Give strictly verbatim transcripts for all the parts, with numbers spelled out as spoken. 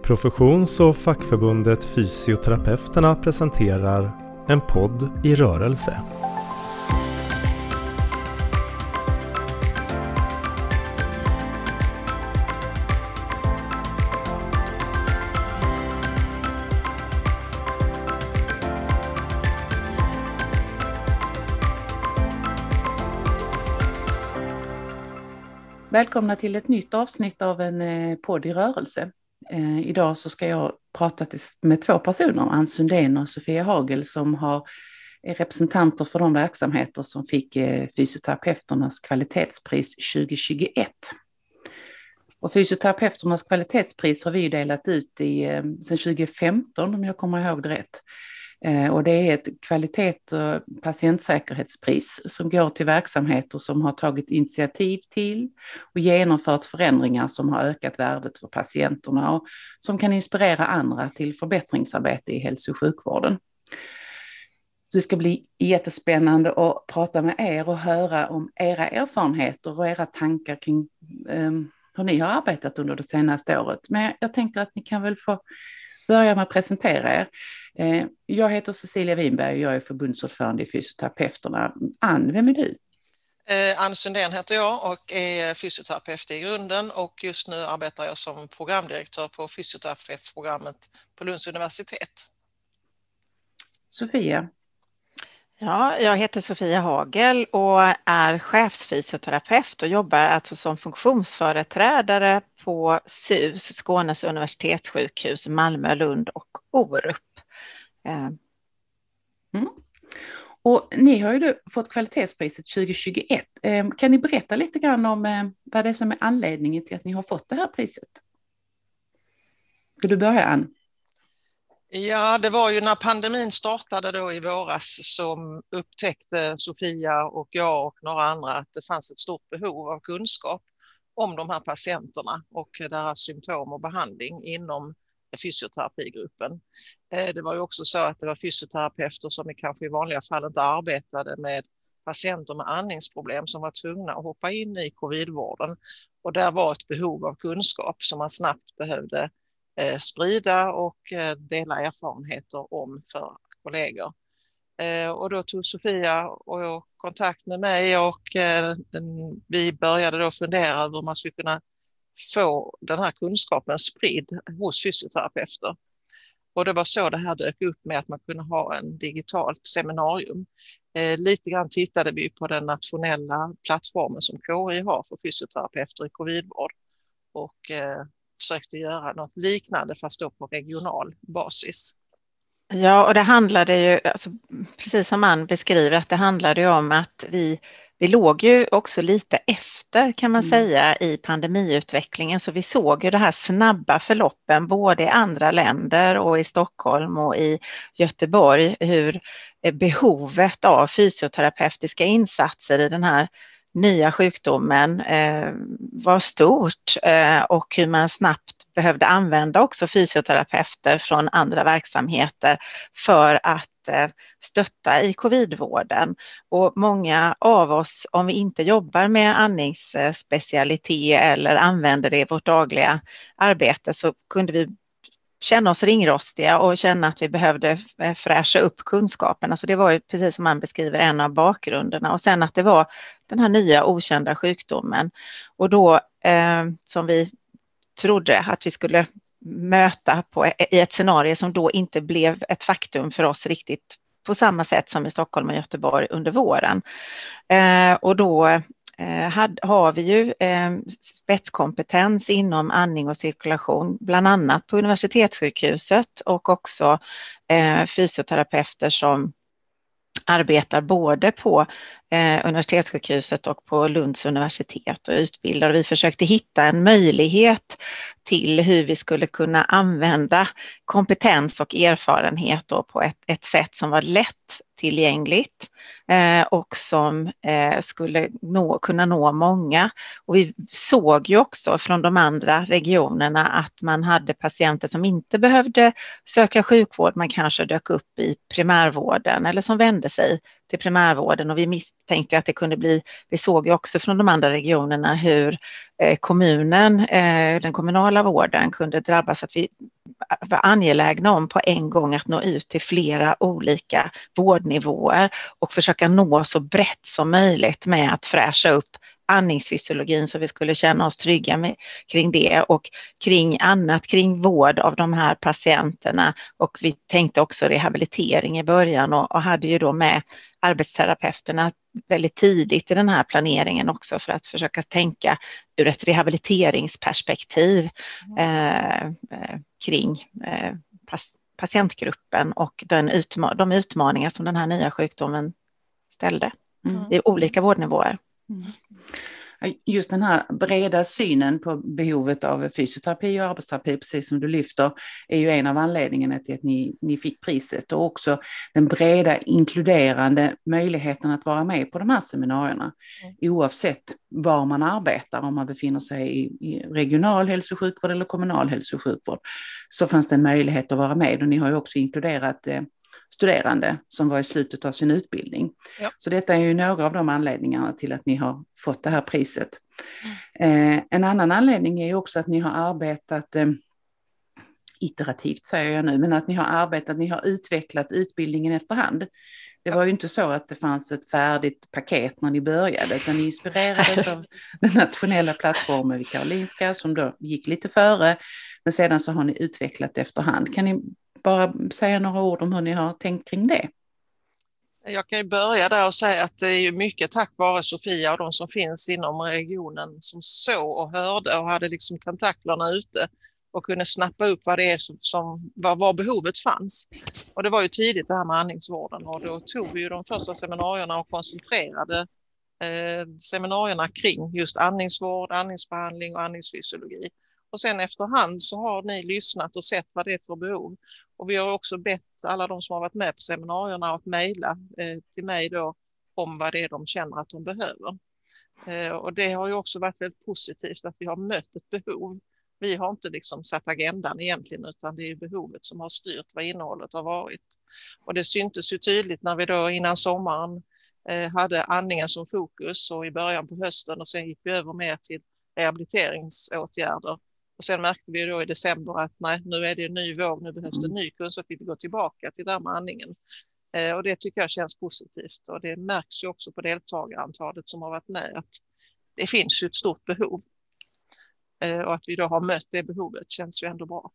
Professions- och fackförbundet Fysioterapeuterna presenterar En podd i rörelse. Välkomna till ett nytt avsnitt av en podd i rörelse. Eh, idag så ska jag prata med två personer, Ann Sundén och Sofia Hagel, som har, är representanter för de verksamheter som fick eh, Fysioterapeuternas kvalitetspris tjugohundratjugoett. Och Fysioterapeuternas kvalitetspris har vi delat ut i, eh, sedan tjugofemton, om jag kommer ihåg det rätt. Och det är ett kvalitet- och patientsäkerhetspris som går till verksamheter som har tagit initiativ till och genomfört förändringar som har ökat värdet för patienterna och som kan inspirera andra till förbättringsarbete i hälso- och sjukvården. Så det ska bli jättespännande att prata med er och höra om era erfarenheter och era tankar kring um, hur ni har arbetat under det senaste året. Men jag tänker att ni kan väl få börja med att presentera er. Jag heter Cecilia Winberg och jag är förbundsordförande i Fysioterapeuterna. Ann, vem är du? Ann Sundén heter jag och är fysioterapeut i grunden, och just nu arbetar jag som programdirektör på fysioterapeutprogrammet på Lunds universitet. Sofia? Ja, jag heter Sofia Hagel och är chefsfysioterapeut och jobbar alltså som funktionsföreträdare på S U S, Skånes universitetssjukhus, Malmö, Lund och Orup. Mm. Och ni har ju fått kvalitetspriset tjugohundratjugoett. Kan ni berätta lite grann om vad det är som är anledningen till att ni har fått det här priset? Ska du börja, Ann? Ja, det var ju när pandemin startade då i våras som upptäckte Sofia och jag och några andra att det fanns ett stort behov av kunskap om de här patienterna och deras symptom och behandling inom fysioterapigruppen. Det var ju också så att det var fysioterapeuter som kanske i vanliga fall inte arbetade med patienter med andningsproblem som var tvungna att hoppa in i covidvården. Och där var ett behov av kunskap som man snabbt behövde eh, sprida och eh, dela erfarenheter om för kollegor. Eh, och då tog Sofia och kontakt med mig och eh, den, vi började då fundera över hur man skulle kunna få den här kunskapen spridd hos fysioterapeuter. Och det var så det här dök upp med att man kunde ha en digitalt seminarium. Eh, lite grann tittade vi på den nationella plattformen som K I har för fysioterapeuter i covidvård och eh, försökte göra något liknande fast då på regional basis. Ja, och det handlade ju, alltså, precis som man beskriver, att det handlade ju om att vi Vi låg ju också lite efter, kan man mm. säga, i pandemiutvecklingen, så vi såg ju det här snabba förloppen både i andra länder och i Stockholm och i Göteborg, hur behovet av fysioterapeutiska insatser i den här nya sjukdomen eh, var stort eh, och hur man snabbt behövde använda också fysioterapeuter från andra verksamheter för att eh, stötta i covidvården. Och många av oss, om vi inte jobbar med andningsspecialitet eller använder det i vårt dagliga arbete, så kunde vi känna oss ringrostiga och känna att vi behövde fräscha upp kunskapen. Alltså det var ju, precis som man beskriver, en av bakgrunderna. Och sen att det var den här nya okända sjukdomen. Och då eh, som vi trodde att vi skulle möta på, i ett scenario som då inte blev ett faktum för oss riktigt på samma sätt som i Stockholm och Göteborg under våren. Eh, och då har vi ju spetskompetens inom andning och cirkulation, bland annat på universitetssjukhuset, och också fysioterapeuter som arbetar både på eh, universitetssjukhuset och på Lunds universitet och utbildar. Vi försökte hitta en möjlighet till hur vi skulle kunna använda kompetens och erfarenhet då på ett, ett sätt som var lätt tillgängligt eh, och som eh, skulle nå, kunna nå många. Och vi såg ju också från de andra regionerna att man hade patienter som inte behövde söka sjukvård, man kanske dök upp i primärvården eller som vände sig till primärvården, och vi misstänkte att det kunde bli, vi såg ju också från de andra regionerna hur eh, kommunen, eh, den kommunala vården kunde drabbas, att vi var angelägna om på en gång att nå ut till flera olika vårdnivåer och försöka nå så brett som möjligt med att fräscha upp andningsfysiologin så vi skulle känna oss trygga med, kring det och kring annat, kring vård av de här patienterna. Och vi tänkte också rehabilitering i början och, och hade ju då med arbetsterapeuterna väldigt tidigt i den här planeringen också för att försöka tänka ur ett rehabiliteringsperspektiv eh, eh, kring eh, pas- patientgruppen och den utma- de utmaningar som den här nya sjukdomen ställde mm. i olika vårdnivåer. Mm. Just den här breda synen på behovet av fysioterapi och arbetsterapi, precis som du lyfter, är ju en av anledningarna till att ni, ni fick priset, och också den breda inkluderande möjligheten att vara med på de här seminarierna mm. oavsett var man arbetar, om man befinner sig i, i regional hälso- och sjukvård eller kommunal hälso- och sjukvård, så fanns det en möjlighet att vara med, och ni har ju också inkluderat eh, studerande som var i slutet av sin utbildning. Ja. Så detta är ju några av de anledningarna till att ni har fått det här priset. Mm. Eh, en annan anledning är ju också att ni har arbetat eh, iterativt, säger jag nu, men att ni har arbetat, ni har utvecklat utbildningen efterhand. Det var ju inte så att det fanns ett färdigt paket när ni började, utan ni inspirerades av den nationella plattformen vid Karolinska som då gick lite före, men sedan så har ni utvecklat efterhand. Kan ni bara säga några ord om hur ni har tänkt kring det? Jag kan ju börja där och säga att det är ju mycket tack vare Sofia och de som finns inom regionen som såg och hörde och hade liksom tentaklerna ute och kunde snappa upp vad det är som, som var, var behovet fanns. Och det var ju tidigt det här med andningsvården, och då tog vi ju de första seminarierna och koncentrerade eh, seminarierna kring just andningsvård, andningsbehandling och andningsfysiologi. Och sen efterhand så har ni lyssnat och sett vad det är för behov. Och vi har också bett alla de som har varit med på seminarierna att mejla eh, till mig då om vad det är de känner att de behöver. Eh, och det har ju också varit väldigt positivt att vi har mött ett behov. Vi har inte liksom satt agendan egentligen, utan det är behovet som har styrt vad innehållet har varit. Och det syntes ju tydligt när vi då innan sommaren eh, hade andningen som fokus, och i början på hösten, och sen gick vi över mer till rehabiliteringsåtgärder. Och sen märkte vi då i december att nej, nu är det en ny våg, nu behövs det en ny kunskap, vi vill gå tillbaka till där med andningen. Eh, och det tycker jag känns positivt, och det märks ju också på deltagarantalet som har varit med att det finns ju ett stort behov. Eh, och att vi då har mött det behovet känns ju ändå bra.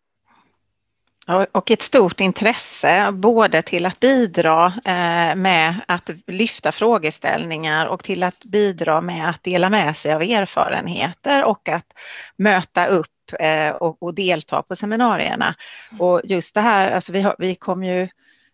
Och ett stort intresse både till att bidra med att lyfta frågeställningar och till att bidra med att dela med sig av erfarenheter och att möta upp och delta på seminarierna. Och just det här, alltså vi, har, vi kom ju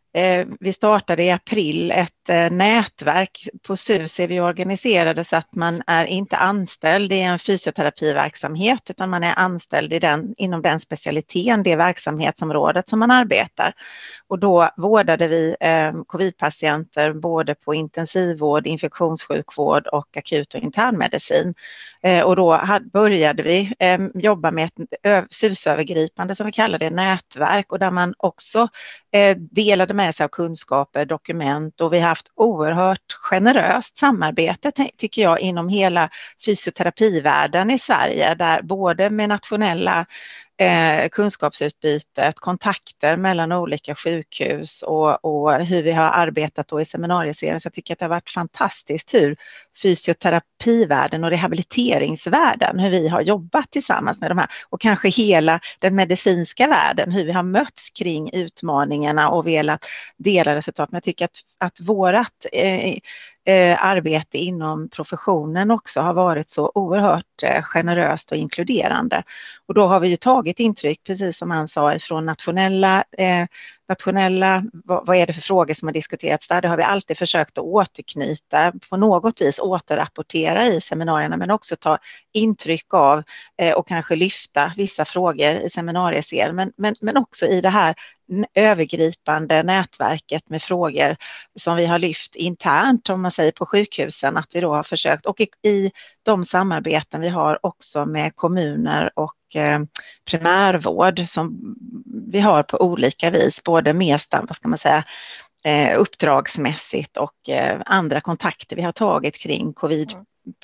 Vi startade i april ett nätverk på S U S, är vi organiserade så att man är inte anställd i en fysioterapiverksamhet, utan man är anställd i den, inom den specialiteten, det verksamhetsområdet som man arbetar. Och då vårdade vi eh, covid-patienter både på intensivvård, infektionssjukvård och akut och internmedicin. Eh, och då had, började vi eh, jobba med ett S U S-övergripande, som vi kallar det, nätverk, och där man också eh, delade med sig av kunskaper, dokument, och vi har haft oerhört generöst samarbete tycker jag inom hela fysioterapivärlden i Sverige, där både med nationella eh, kunskapsutbytet, kontakter mellan olika sjukhus och, och hur vi har arbetat då i seminarieserien. Så jag tycker att det har varit fantastiskt hur fysioterapivärlden och rehabiliteringsvärlden, hur vi har jobbat tillsammans med de här, och kanske hela den medicinska världen, hur vi har mötts kring utmaningarna och velat dela resultat. Men jag tycker att, att vårat eh, eh, arbete inom professionen också har varit så oerhört eh, generöst och inkluderande. Och då har vi ju tagit intryck, precis som han sa, från nationella eh, nationella, vad, vad är det för frågor som har diskuterats där? Det har vi alltid försökt att återknyta, på något vis återrapportera i seminarierna, men också ta intryck av eh, och kanske lyfta vissa frågor i seminarieserien, men, men, men också i det här övergripande nätverket med frågor som vi har lyft internt, om man säger på sjukhusen, att vi då har försökt, och i, i de samarbeten vi har också med kommuner och eh, primärvård som vi har på olika vis, både med, vad ska man säga, eh, uppdragsmässigt och eh, andra kontakter vi har tagit kring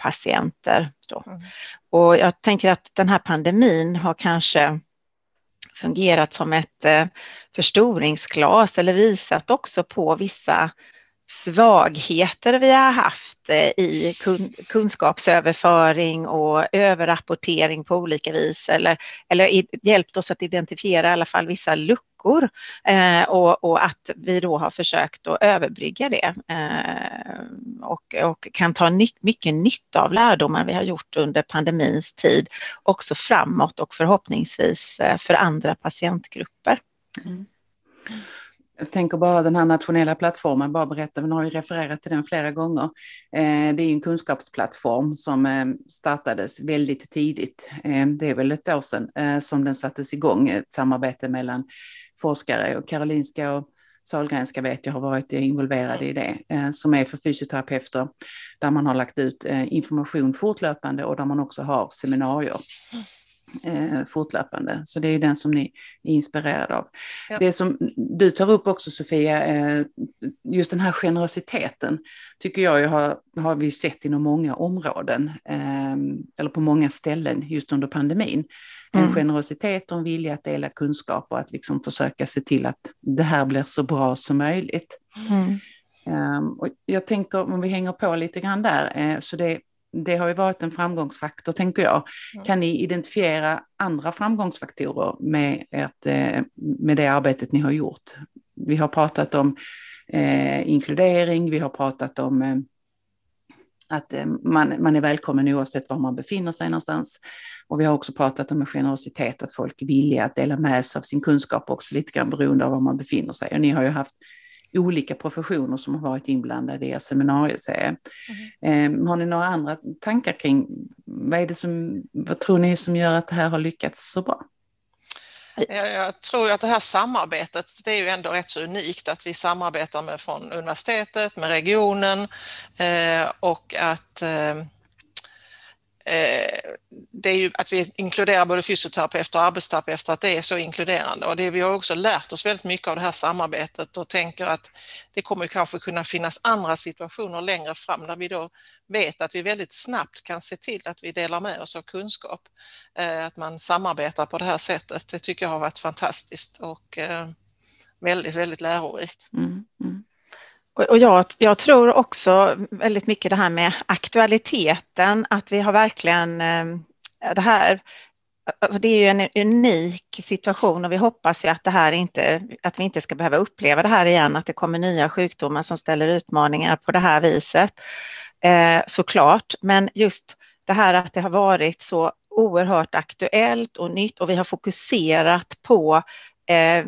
covid-patienter. Då. Mm. Och jag tänker att den här pandemin har kanske fungerat som ett förstoringsglas eller visat också på vissa svagheter vi har haft i kun- kunskapsöverföring och överrapportering på olika vis, eller, eller hjälpt oss att identifiera i alla fall vissa luckor eh, och, och att vi då har försökt att överbrygga det eh, och, och kan ta ny- mycket nytta av lärdomar vi har gjort under pandemins tid också framåt och förhoppningsvis eh, för andra patientgrupper. Mm. Jag tänker bara den här nationella plattformen, bara berätta, vi har ju refererat till den flera gånger. Eh, det är en kunskapsplattform som eh, startades väldigt tidigt. Eh, det är väl ett år sedan eh, som den sattes igång, ett samarbete mellan forskare, och Karolinska och Sahlgrenska vet jag har varit involverade i det, eh, som är för fysioterapeuter, där man har lagt ut eh, information fortlöpande och där man också har seminarier. Eh, fortlöpande. Så det är den som ni är inspirerade av. Ja. Det som du tar upp också, Sofia, eh, just den här generositeten tycker jag har, har vi sett inom många områden eh, eller på många ställen just under pandemin. Mm. En generositet och en vilja att dela kunskap och att liksom försöka se till att det här blir så bra som möjligt. Mm. Um, och jag tänker om vi hänger på lite grann där, eh, så det Det har ju varit en framgångsfaktor, tänker jag. Kan ni identifiera andra framgångsfaktorer med, ert, med det arbetet ni har gjort? Vi har pratat om eh, inkludering, vi har pratat om eh, att eh, man, man är välkommen oavsett var man befinner sig någonstans. Och vi har också pratat om en generositet, att folk är villiga att dela med sig av sin kunskap också lite grann beroende av var man befinner sig. Och ni har ju haft olika professioner som har varit inblandade i er seminarieserie. Mm. Eh, har ni några andra tankar kring vad är det som, vad tror ni som gör att det här har lyckats så bra? Jag, jag tror att det här samarbetet, det är ju ändå rätt så unikt att vi samarbetar med från universitetet, med regionen eh, och att eh, det är ju att vi inkluderar både fysioterapeuter och arbetsterapeuter, att det är så inkluderande, och det vi har också lärt oss väldigt mycket av det här samarbetet och tänker att det kommer kanske kunna finnas andra situationer längre fram där vi då vet att vi väldigt snabbt kan se till att vi delar med oss av kunskap, att man samarbetar på det här sättet. Det tycker jag har varit fantastiskt och väldigt, väldigt lärorikt. Mm, mm. Och jag, jag tror också väldigt mycket det här med aktualiteten, att vi har verkligen det här, alltså det är ju en unik situation och vi hoppas ju att det här inte, att vi inte ska behöva uppleva det här igen, att det kommer nya sjukdomar som ställer utmaningar på det här viset, eh, såklart. Men just det här att det har varit så oerhört aktuellt och nytt och vi har fokuserat på eh,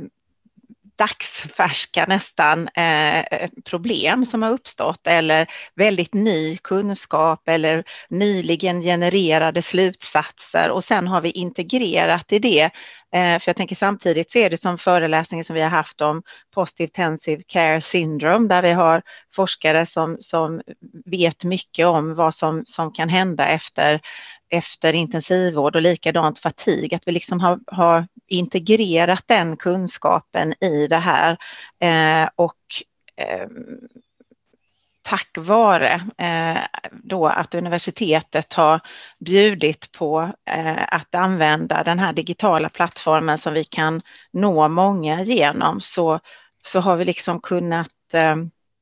dagsfärska nästan eh, problem som har uppstått eller väldigt ny kunskap eller nyligen genererade slutsatser, och sen har vi integrerat i det. Eh, för jag tänker samtidigt så är det som föreläsningen som vi har haft om post-intensive care syndrome, där vi har forskare som, som vet mycket om vad som, som kan hända efter efter intensivvård, och likadant fatig, att vi liksom har, har integrerat den kunskapen i det här eh, och eh, tack vare eh, då att universitetet har bjudit på eh, att använda den här digitala plattformen som vi kan nå många genom, så, så har vi liksom kunnat eh,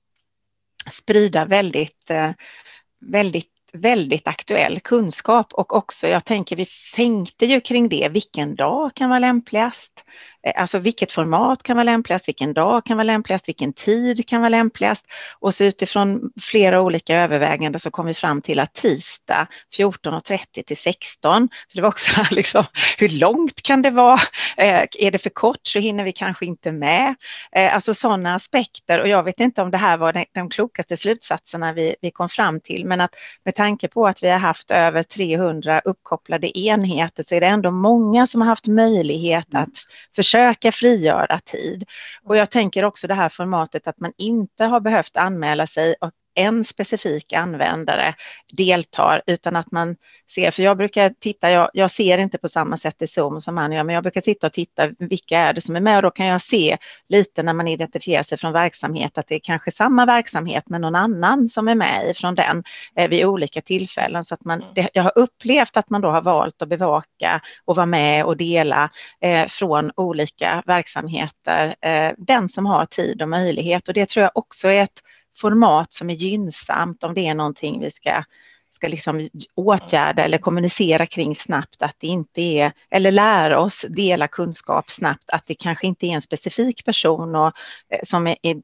sprida väldigt, eh, väldigt väldigt aktuell kunskap. Och också, jag tänker, vi tänkte ju kring det, vilken dag kan vara lämpligast, alltså vilket format kan vara lämpligast, vilken dag kan vara lämpligast, vilken tid kan vara lämpligast, och så utifrån flera olika överväganden så kom vi fram till att tisdag fjorton och trettio till sexton, för det var också liksom, hur långt kan det vara, är det för kort så hinner vi kanske inte med, alltså sådana aspekter. Och jag vet inte om det här var de, de klokaste slutsatserna vi, vi kom fram till, men att med tanke på att vi har haft över trehundra uppkopplade enheter så är det ändå många som har haft möjlighet att försöka frigöra tid. Och jag tänker också det här formatet att man inte har behövt anmäla sig en specifik användare deltar, utan att man ser, för jag brukar titta, jag, jag ser inte på samma sätt i Zoom som man gör, men jag brukar titta och titta vilka är det som är med, och då kan jag se lite när man identifierar sig från verksamhet att det är kanske samma verksamhet men någon annan som är med från den eh, vid olika tillfällen, så att man, det, jag har upplevt att man då har valt att bevaka och vara med och dela eh, från olika verksamheter, eh, den som har tid och möjlighet, och det tror jag också är ett format som är gynnsamt om det är någonting vi ska ska liksom åtgärda eller kommunicera kring snabbt, att det inte är, eller lära oss dela kunskap snabbt, att det kanske inte är en specifik person och, som är, är,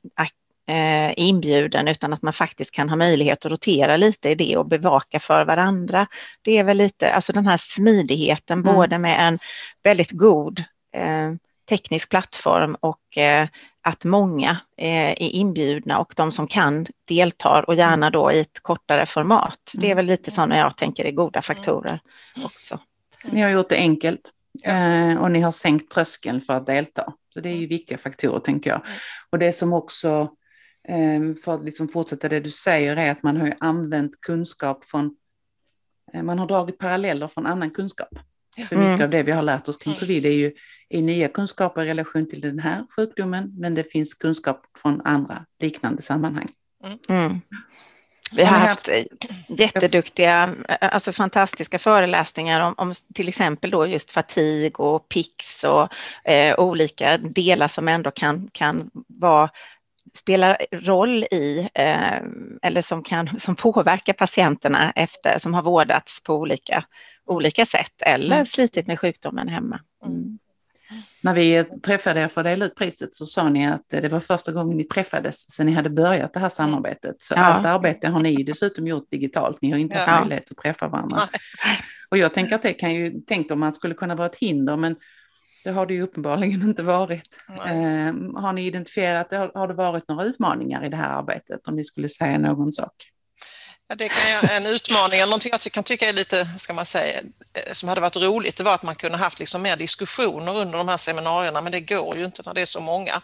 är inbjuden, utan att man faktiskt kan ha möjlighet att rotera lite i det och bevaka för varandra. Det är väl lite, alltså den här smidigheten, mm. både med en väldigt god eh, teknisk plattform och eh, att många eh, är inbjudna och de som kan deltar, och gärna då i ett kortare format. Det är väl lite sådana jag tänker är goda faktorer också. Ni har gjort det enkelt eh, och ni har sänkt tröskeln för att delta. Så det är ju viktiga faktorer, tänker jag. Och det som också, eh, för att liksom fortsätta det du säger, är att man har ju använt kunskap från, eh, man har dragit paralleller från annan kunskap. För mycket mm. av det vi har lärt oss kring covid är ju är nya kunskaper i relation till den här sjukdomen, men det finns kunskap från andra liknande sammanhang. Mm. Vi har haft jätteduktiga, alltså fantastiska föreläsningar om, om till exempel då just fatig och P I X och eh, olika delar som ändå kan, kan vara spelar roll i eh, eller som kan som påverkar patienterna efter som har vårdats på olika olika sätt eller mm. slitit med sjukdomen hemma. Mm. När vi träffade er för att dela ut priset så sa ni att det var första gången ni träffades sen ni hade börjat det här samarbetet. Så ja. Allt arbete har ni dessutom gjort digitalt. Ni har inte haft ja. möjlighet att träffa varandra. Och jag tänker att det kan ju, tänk om man skulle kunna vara ett hinder, men det har det ju uppenbarligen inte varit. Eh, har ni identifierat, har, har det varit några utmaningar i det här arbetet, om ni skulle säga någon sak? Ja, det kan jag, en utmaning, eller någonting jag kan tycka är lite, ska man säga, som hade varit roligt, det var att man kunde haft liksom mer diskussioner under de här seminarierna, men det går ju inte när det är så många.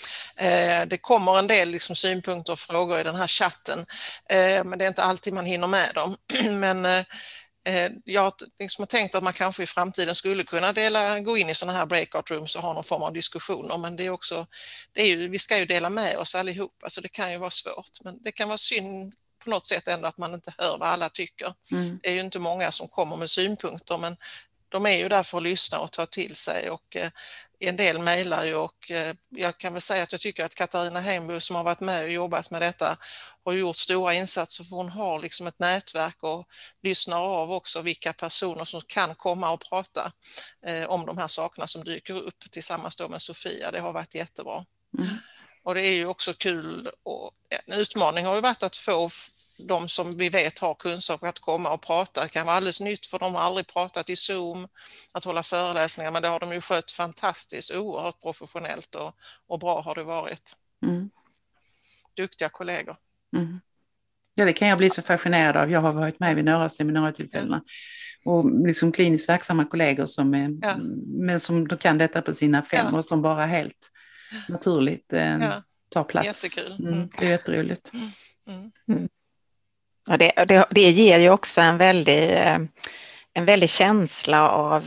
Eh, det kommer en del liksom synpunkter och frågor i den här chatten, eh, men det är inte alltid man hinner med dem. men eh, Jag har liksom tänkt att man kanske i framtiden skulle kunna dela, gå in i sådana här breakout rooms och ha någon form av diskussioner, men det är också, det är ju, vi ska ju dela med oss allihop, alltså det kan ju vara svårt, men det kan vara synd på något sätt ändå att man inte hör vad alla tycker. Mm. Det är ju inte många som kommer med synpunkter, men de är ju där för att lyssna och ta till sig, och eh, en del mejlar ju, och eh, jag kan väl säga att jag tycker att Katarina Heimbo som har varit med och jobbat med detta har gjort stora insatser, för hon har liksom ett nätverk och lyssnar av också vilka personer som kan komma och prata eh, om de här sakerna som dyker upp tillsammans då med Sofia. Det har varit jättebra. Mm. Och det är ju också kul, och en utmaning har ju varit att få de som vi vet har kunskap att komma och prata. Det kan vara alldeles nytt för de har aldrig pratat i Zoom, att hålla föreläsningar, men det har de ju skött fantastiskt, oerhört professionellt och, och bra har det varit. Mm. Duktiga kollegor. Mm. Ja, det kan jag bli så fascinerad av. Jag har varit med vid några seminarietillfällena och liksom kliniskt verksamma kollegor som är, ja. men som då kan detta på sina fem ja. och som bara helt naturligt eh, ja. tar plats. Jättekul. Mm. Mm. Det är jätteroligt. Mm. Mm. Mm. Ja, det, det, det ger ju också en väldig, en väldig känsla av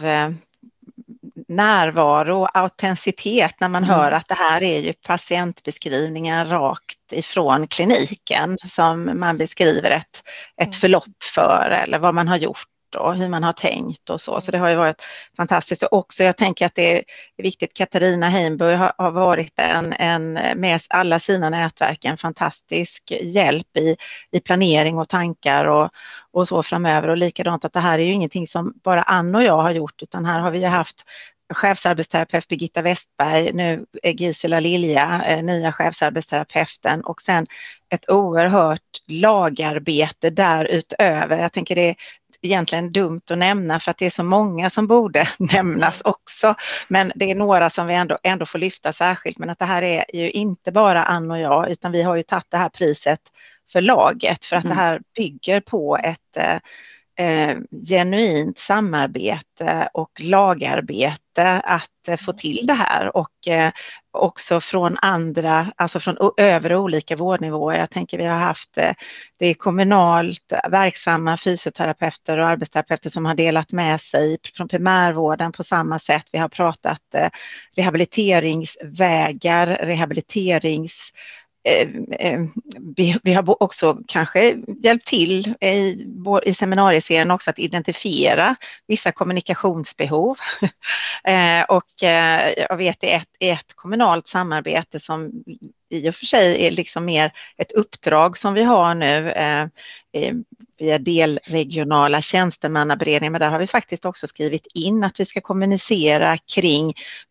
närvaro och autenticitet när man mm. hör att det här är ju patientbeskrivningar rakt ifrån kliniken som man beskriver ett, ett förlopp för, eller vad man har gjort och hur man har tänkt och så. Så det har ju varit fantastiskt. Och också jag tänker att det är viktigt, Katarina Heimburg har, har varit en, en med alla sina nätverk en fantastisk hjälp i, i planering och tankar och, och så framöver. Och likadant att det här är ju ingenting som bara Ann och jag har gjort, utan här har vi ju haft chefsarbetsterapeut Birgitta Westberg, nu är Gisela Lilja, nya chefsarbetsterapeuten, och sen ett oerhört lagarbete därutöver. Jag tänker det är egentligen dumt att nämna för att det är så många som borde nämnas också, men det är några som vi ändå, ändå får lyfta särskilt. Men att det här är ju inte bara Ann och jag, utan vi har ju tagit det här priset för laget, för att mm. det här bygger på ett eh, genuint samarbete och lagarbete att eh, få till det här, och, eh, också från andra, alltså från övre olika vårdnivåer. Jag tänker vi har haft det är kommunalt verksamma fysioterapeuter och arbetsterapeuter som har delat med sig från primärvården på samma sätt. Vi har pratat rehabiliteringsvägar, rehabiliterings Vi har också kanske hjälpt till i, i seminarieserien också att identifiera vissa kommunikationsbehov. Och jag vet det är ett, ett kommunalt samarbete som i och för sig är liksom mer ett uppdrag som vi har nu via delregionala tjänstemannaberedningar, men där har vi faktiskt också skrivit in att vi ska kommunicera kring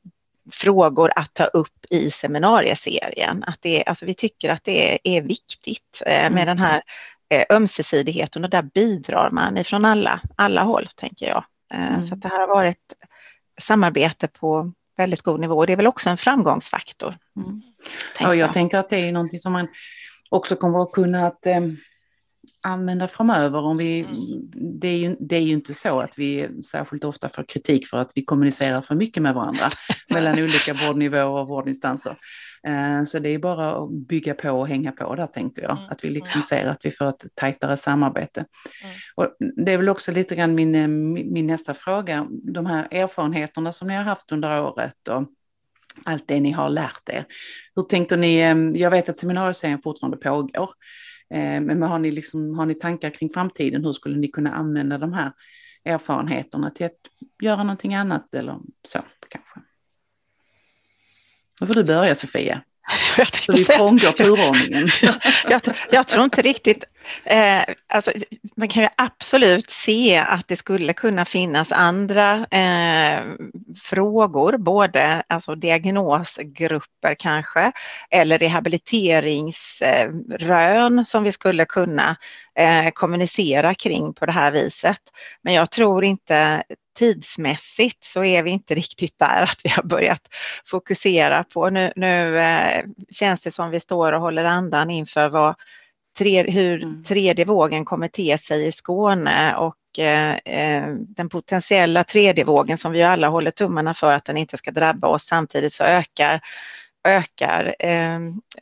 frågor att ta upp i seminarieserien. Att det, alltså vi tycker att det är, är viktigt eh, med mm. den här eh, ömsesidigheten, och där bidrar man ifrån alla, alla håll, tänker jag. Eh, mm. Så att det här har varit samarbete på väldigt god nivå, och det är väl också en framgångsfaktor. Mm. Ja, jag, jag tänker att det är någonting som man också kommer att kunna att, eh, använda framöver. Om vi, det, är ju, det är ju inte så att vi särskilt ofta får kritik för att vi kommunicerar för mycket med varandra mellan olika vårdnivåer och vårdinstanser. Eh, så det är bara att bygga på och hänga på där, tänker jag. Att vi liksom ser att vi får ett tajtare samarbete. Mm. Och det är väl också lite grann min, min nästa fråga. De här erfarenheterna som ni har haft under året och allt det ni har lärt er. Hur tänker ni? Jag vet att seminarieserien fortfarande pågår. Men har ni, liksom, har ni tankar kring framtiden? Hur skulle ni kunna använda de här erfarenheterna till att göra någonting annat eller så kanske? Då får du börja, Sofia. Så vi frångår turordningen. jag, jag tror inte riktigt, eh, alltså, man kan ju absolut se att det skulle kunna finnas andra eh, frågor, både alltså diagnosgrupper kanske, eller rehabiliteringsrön eh, som vi skulle kunna eh, kommunicera kring på det här viset. Men jag tror inte tidsmässigt så är vi inte riktigt där att vi har börjat fokusera på. Nu, nu eh, känns det som vi står och håller andan inför vad tre, hur mm. tredje vågen kommer te sig i Skåne, och eh, den potentiella tredje vågen som vi alla håller tummarna för att den inte ska drabba oss. Samtidigt så ökar ökar eh,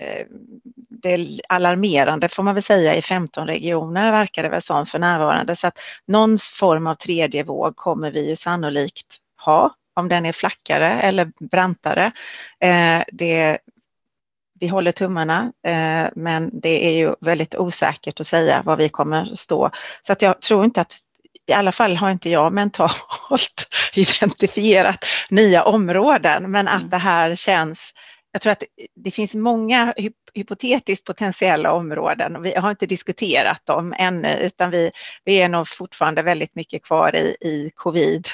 det är alarmerande, får man väl säga, i femton regioner verkar det väl som för närvarande. Så att någon form av tredje våg kommer vi ju sannolikt ha, om den är flackare eller brantare. Eh, det, vi håller tummarna, eh, men det är ju väldigt osäkert att säga var vi kommer stå. Så att jag tror inte att, i alla fall har inte jag mentalt identifierat nya områden, men att det här känns. Jag tror att det finns många hypotetiskt potentiella områden, och vi har inte diskuterat dem ännu, utan vi, vi är nog fortfarande väldigt mycket kvar i, i covid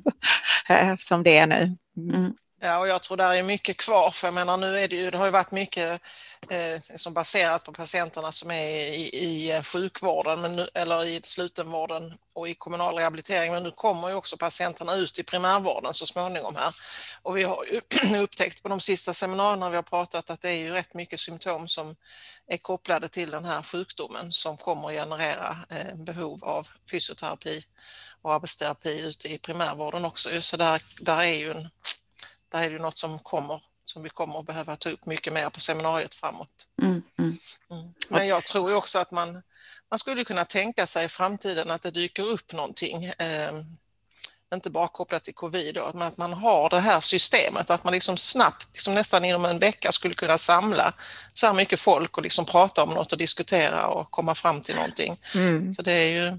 mm. som det är nu. Mm. Ja, och jag tror där är mycket kvar, för jag menar nu är det ju, det har ju varit mycket eh, som baserat på patienterna som är i, i sjukvården, men nu, eller i slutenvården och i kommunal rehabilitering, men nu kommer ju också patienterna ut i primärvården så småningom här. Och vi har ju upptäckt på de sista seminarierna vi har pratat att det är ju rätt mycket symptom som är kopplade till den här sjukdomen som kommer att generera eh, behov av fysioterapi och arbetsterapi ute i primärvården också. Så där, där är ju en Där är det något som kommer, som vi kommer att behöva ta upp mycket mer på seminariet framåt. Mm, mm. Mm. Men jag tror ju också att man, man skulle kunna tänka sig i framtiden att det dyker upp någonting, eh, inte bara kopplat till covid, då, men att man har det här systemet, att man liksom snabbt, liksom nästan inom en vecka skulle kunna samla så här mycket folk och liksom prata om något och diskutera och komma fram till någonting. Mm. Så det är ju...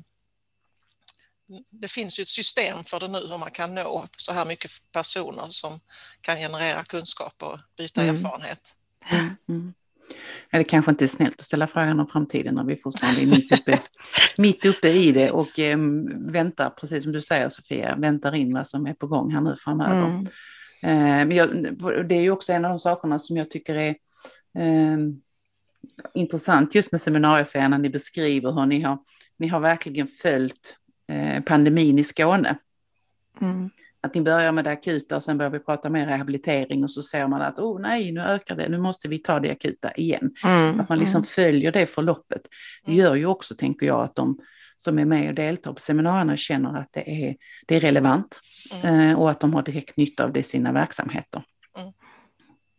Det finns ju ett system för det nu, hur man kan nå så här mycket personer som kan generera kunskap och byta mm. erfarenhet. Mm. Mm. Ja, det kanske inte är snällt att ställa frågan om framtiden när vi fortfarande är mitt uppe, mitt uppe i det och eh, väntar, precis som du säger Sofia, väntar in vad som är på gång här nu framöver. Mm. Eh, men jag, det är ju också en av de sakerna som jag tycker är eh, intressant just med seminarieserien, när ni beskriver hur ni har, ni har verkligen följt pandemin i Skåne. Mm. Att ni börjar med det akuta och sen börjar vi prata mer rehabilitering och så ser man att oh nej, nu ökar det, nu måste vi ta det akuta igen. Mm. Att man liksom mm. följer det förloppet. Det gör ju också, tänker jag, att de som är med och deltar på seminarierna känner att det är, det är relevant mm. och att de har direkt nytta av det i sina verksamheter.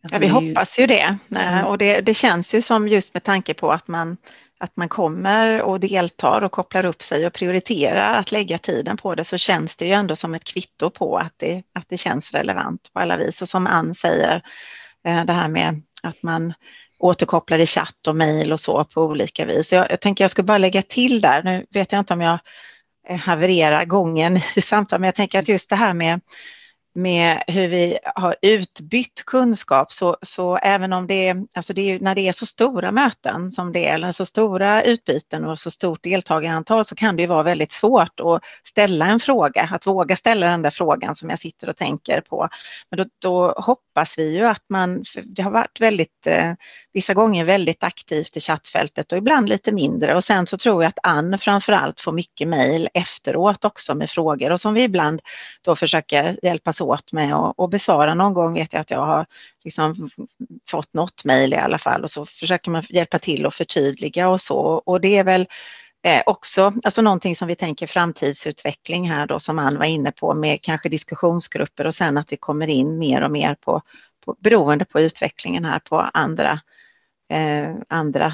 Ja, vi hoppas ju det. Mm. Och det, det känns ju som, just med tanke på att man, att man kommer och deltar och kopplar upp sig och prioriterar att lägga tiden på det, så känns det ju ändå som ett kvitto på att det, att det känns relevant på alla vis. Och som Ann säger, det här med att man återkopplar i chatt och mejl och så på olika vis. Jag, jag tänker jag ska bara lägga till där, nu vet jag inte om jag havererar gången i samtal, men jag tänker att just det här med med hur vi har utbytt kunskap, så, så även om det är, alltså det är, när det är så stora möten som det är, eller så stora utbyten och så stort deltagarantal, så kan det ju vara väldigt svårt att ställa en fråga, att våga ställa den där frågan som jag sitter och tänker på. Men då, då hoppas vi ju att man, det har varit väldigt, eh, vissa gånger väldigt aktivt i chattfältet och ibland lite mindre, och sen så tror jag att Ann framförallt får mycket mejl efteråt också med frågor, och som vi ibland då försöker hjälpas åt med och, och besvara. Någon gång vet jag att jag har liksom fått något mejl i alla fall, och så försöker man hjälpa till och förtydliga och så, och det är väl eh, också alltså någonting som vi tänker framtidsutveckling här då, som Ann var inne på, med kanske diskussionsgrupper, och sen att vi kommer in mer och mer på, på beroende på utvecklingen här på andra eh, andra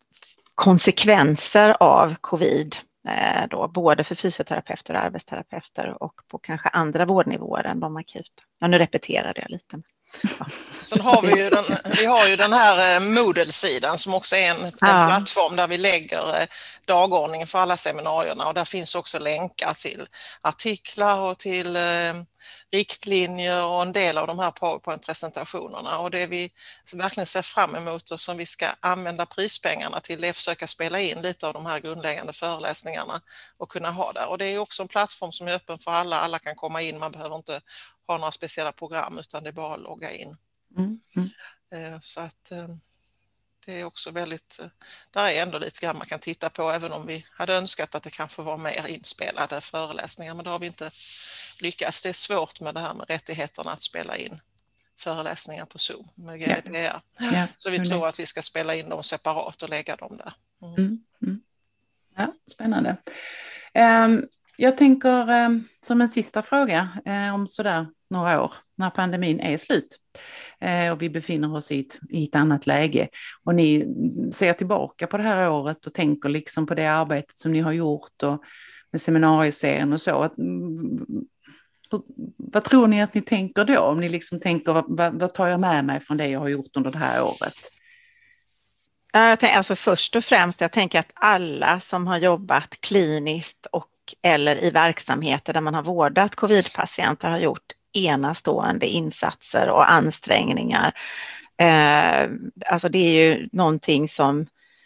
konsekvenser av covid. Då, både för fysioterapeuter och arbetsterapeuter, och på kanske andra vårdnivåer än de akuta. Ja, nu repeterade jag lite. Ja. Sen har vi ju den, vi har ju den här Moodle-sidan som också är en, en ja. plattform där vi lägger dagordningen för alla seminarierna, och där finns också länkar till artiklar och till eh, riktlinjer och en del av de här PowerPoint-presentationerna, och det vi verkligen ser fram emot och som vi ska använda prispengarna till, det är att försöka spela in lite av de här grundläggande föreläsningarna och kunna ha där. Och det är också en plattform som är öppen för alla, alla kan komma in, man behöver inte ha några speciella program utan det är bara att logga in. Mm. Mm. Så att det är också väldigt, där är ändå lite grann man kan titta på, även om vi hade önskat att det kanske var mer inspelade föreläsningar, men det har vi inte lyckats. Det är svårt med det här med rättigheterna att spela in föreläsningar på Zoom med G D P R. Ja. Ja. Så vi tror att vi ska spela in dem separat och lägga dem där. Mm. Mm. Mm. Ja, spännande. Um, jag tänker um, som en sista fråga uh, om sådär några år, när pandemin är slut uh, och vi befinner oss i ett, i ett annat läge, och ni ser tillbaka på det här året och tänker liksom på det arbetet som ni har gjort och med seminarieserien och så. Att, mm, vad tror ni att ni tänker då? Om ni liksom tänker, vad, vad tar jag med mig från det jag har gjort under det här året? Jag tänker, alltså först och främst, jag tänker att alla som har jobbat kliniskt och eller i verksamheter där man har vårdat covidpatienter har gjort enastående insatser och ansträngningar. Eh, alltså det är ju någonting som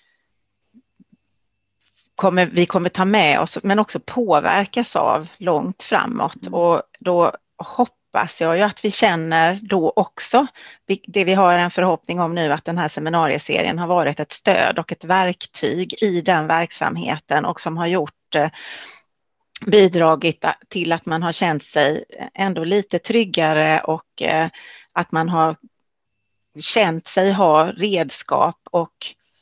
kommer, vi kommer ta med oss, men också påverkas av långt framåt. Mm. Och då hoppas jag ju att vi känner då också, det vi har en förhoppning om nu, att den här seminarieserien har varit ett stöd och ett verktyg i den verksamheten, och som har gjort bidragit till att man har känt sig ändå lite tryggare, och att man har känt sig ha redskap och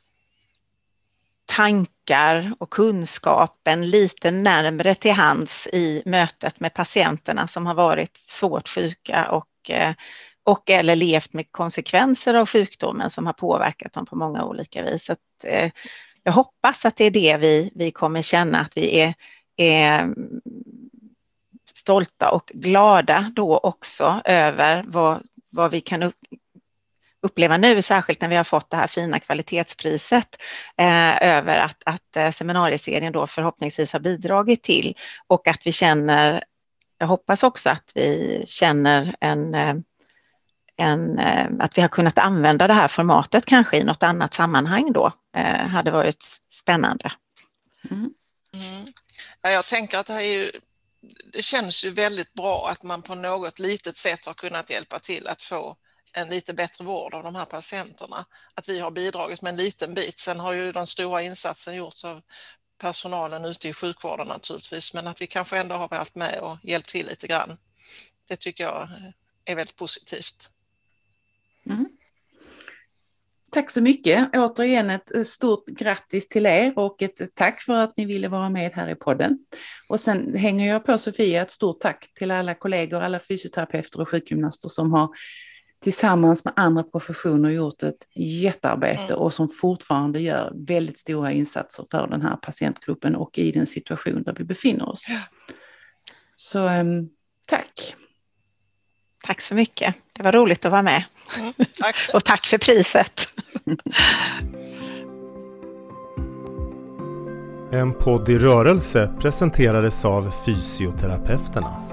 tankar och kunskapen lite närmare till hands i mötet med patienterna som har varit svårt sjuka och, och eller levt med konsekvenser av sjukdomen som har påverkat dem på många olika vis. Så att, eh, jag hoppas att det är det vi, vi kommer känna, att vi är, är stolta och glada då också över vad, vad vi kan upp, uppleva nu, särskilt när vi har fått det här fina kvalitetspriset eh, över att, att eh, seminarieserien då förhoppningsvis har bidragit till, och att vi känner, jag hoppas också att vi känner en, en att vi har kunnat använda det här formatet kanske i något annat sammanhang då, eh, hade varit spännande. Mm. Mm. Ja, jag tänker att det här är ju, det känns ju väldigt bra att man på något litet sätt har kunnat hjälpa till att få en lite bättre vård av de här patienterna. Att vi har bidragit med en liten bit. Sen har ju den stora insatsen gjorts av personalen ute i sjukvården naturligtvis, men att vi kanske ändå har varit med och hjälpt till lite grann. Det tycker jag är väldigt positivt. Mm. Tack så mycket. Återigen ett stort grattis till er och ett tack för att ni ville vara med här i podden. Och sen hänger jag på Sofia, ett stort tack till alla kollegor, alla fysioterapeuter och sjukgymnaster som har tillsammans med andra professioner gjort ett jättearbete Mm. och som fortfarande gör väldigt stora insatser för den här patientgruppen och i den situation där vi befinner oss. Ja. Så um, tack! Tack så mycket. Det var roligt att vara med. Mm, tack. Och tack för priset. En podd i rörelse presenterades av Fysioterapeuterna.